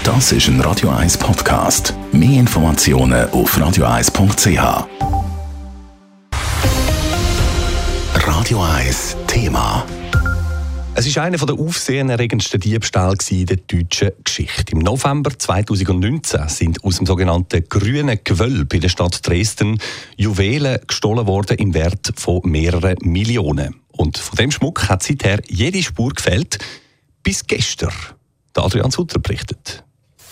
Das ist ein Radio 1 Podcast. Mehr Informationen auf radio1.ch. Radio 1 Thema. Es war einer der aufsehenerregendsten Diebstähle in der deutschen Geschichte. Im November 2019 sind aus dem sogenannten Grünen Gewölbe in der Stadt Dresden Juwelen gestohlen worden im Wert von mehreren Millionen. Und von dem Schmuck hat seither jede Spur gefehlt, bis gestern. Der Adrian Sutter berichtet.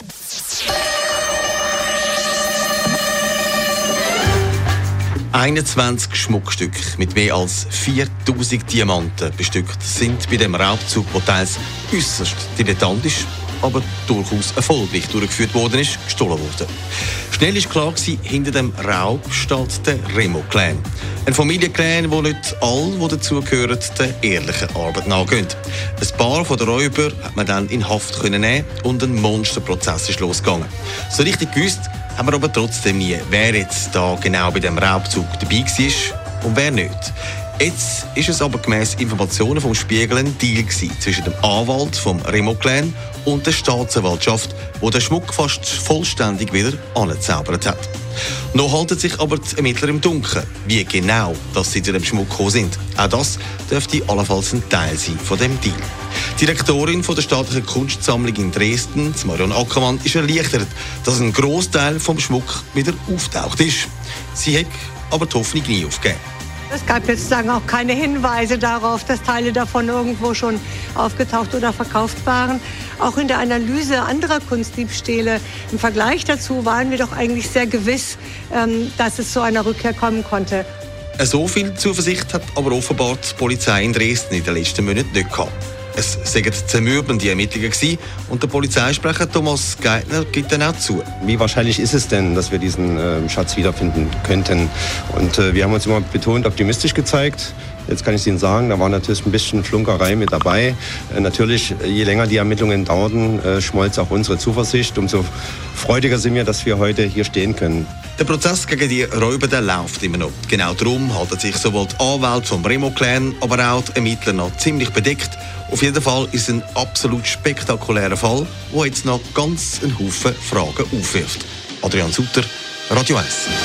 «21 Schmuckstücke mit mehr als 4000 Diamanten bestückt sind bei dem Raubzug, der teils äusserst dilettantisch, aber durchaus erfolgreich durchgeführt worden ist, gestohlen worden. Schnell war klar, hinter dem Raub steht der Remo-Clan. Ein Familienclan, wo nicht alle, die dazugehören, der ehrlichen Arbeit nachgehen. Ein paar von den Räubern hat man dann in Haft nehmen und ein Monsterprozess ist losgegangen. So richtig gewusst haben wir aber trotzdem nie, wer jetzt da genau bei dem Raubzug dabei war und wer nicht. Jetzt ist es aber gemäss Informationen vom Spiegel ein Deal zwischen dem Anwalt vom Remo-Clan und der Staatsanwaltschaft, wo der Schmuck fast vollständig wieder angezaubert hat. Noch halten sich aber die Ermittler im Dunkeln, wie genau dass sie zu dem Schmuck gekommen sind. Auch das dürfte allenfalls ein Teil sein von dem Deal. Die Direktorin der staatlichen Kunstsammlung in Dresden, Marion Ackermann, ist erleichtert, dass ein Grossteil vom Schmuck wieder auftaucht ist. Sie hat aber die Hoffnung nie aufgegeben. Es gab jetzt auch keine Hinweise darauf, dass Teile davon irgendwo schon aufgetaucht oder verkauft waren. Auch in der Analyse anderer Kunstdiebstähle im Vergleich dazu waren wir doch eigentlich sehr gewiss, dass es zu einer Rückkehr kommen konnte. So viel Zuversicht hat aber offenbar die Polizei in Dresden in den letzten Monaten nicht gehabt. Es waren zermürbende Ermittlungen und der Polizeisprecher Thomas Geithner gibt dann auch zu. Wie wahrscheinlich ist es denn, dass wir diesen Schatz wiederfinden könnten? Und wir haben uns immer betont optimistisch gezeigt. Jetzt kann ich Ihnen sagen, da war natürlich ein bisschen Flunkerei mit dabei. Natürlich, je länger die Ermittlungen dauerten, schmolz auch unsere Zuversicht. Umso freudiger sind wir, dass wir heute hier stehen können. Der Prozess gegen die Räuber läuft immer noch. Genau darum halten sich sowohl die Anwälte vom Remo-Clan, aber auch die Ermittler noch ziemlich bedeckt. Auf jeden Fall ist es ein absolut spektakulärer Fall, der jetzt noch ganz einen Haufen Fragen aufwirft. Adrian Sutter, Radio 1.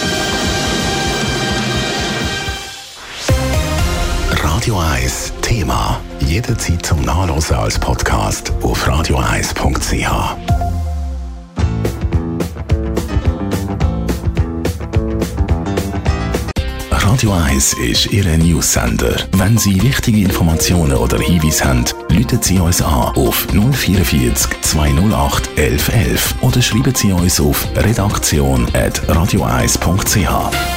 Radio 1 Thema. Jederzeit zum Nachlesen als Podcast auf radio1.ch. Radio 1 ist Ihr News-Sender. Wenn Sie wichtige Informationen oder Hinweise haben, rufen Sie uns an auf 044 208 1111 oder schreiben Sie uns auf redaktion@radio1.ch.